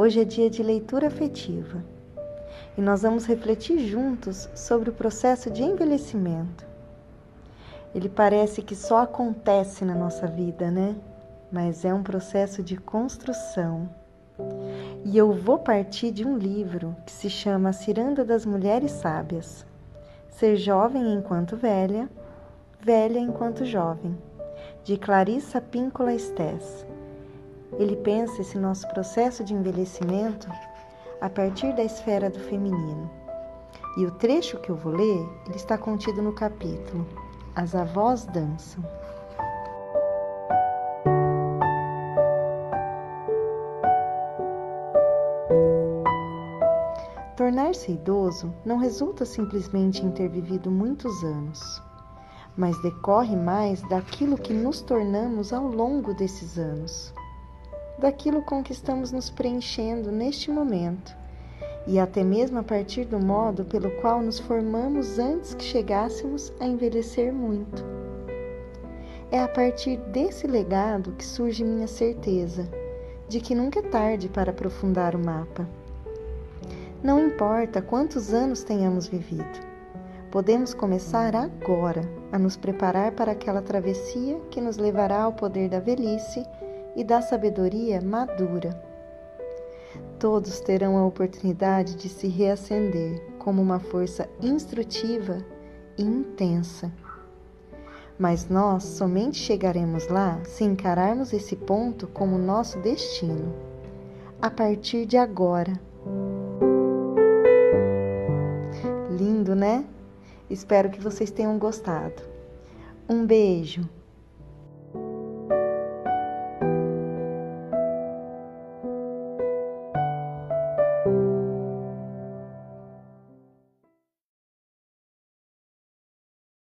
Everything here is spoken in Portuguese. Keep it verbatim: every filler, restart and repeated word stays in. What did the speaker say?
Hoje é dia de leitura afetiva e nós vamos refletir juntos sobre o processo de envelhecimento. Ele parece que só acontece na nossa vida, né? Mas é um processo de construção. E eu vou partir de um livro que se chama A Ciranda das Mulheres Sábias. Ser jovem enquanto velha, velha enquanto jovem, de Clarissa Pinkola Estés. Ele pensa esse nosso processo de envelhecimento a partir da esfera do feminino. E o trecho que eu vou ler, ele está contido no capítulo As Avós Dançam. Tornar-se idoso não resulta simplesmente em ter vivido muitos anos, mas decorre mais daquilo que nos tornamos ao longo desses anos, daquilo com que estamos nos preenchendo neste momento, e até mesmo a partir do modo pelo qual nos formamos antes que chegássemos a envelhecer muito. É a partir desse legado que surge minha certeza de que nunca é tarde para aprofundar o mapa. Não importa quantos anos tenhamos vivido, podemos começar agora a nos preparar para aquela travessia que nos levará ao poder da velhice e da sabedoria madura. Todos terão a oportunidade de se reacender como uma força instrutiva e intensa. Mas nós somente chegaremos lá se encararmos esse ponto como nosso destino, a partir de agora. Lindo, né? Espero que vocês tenham gostado. Um beijo!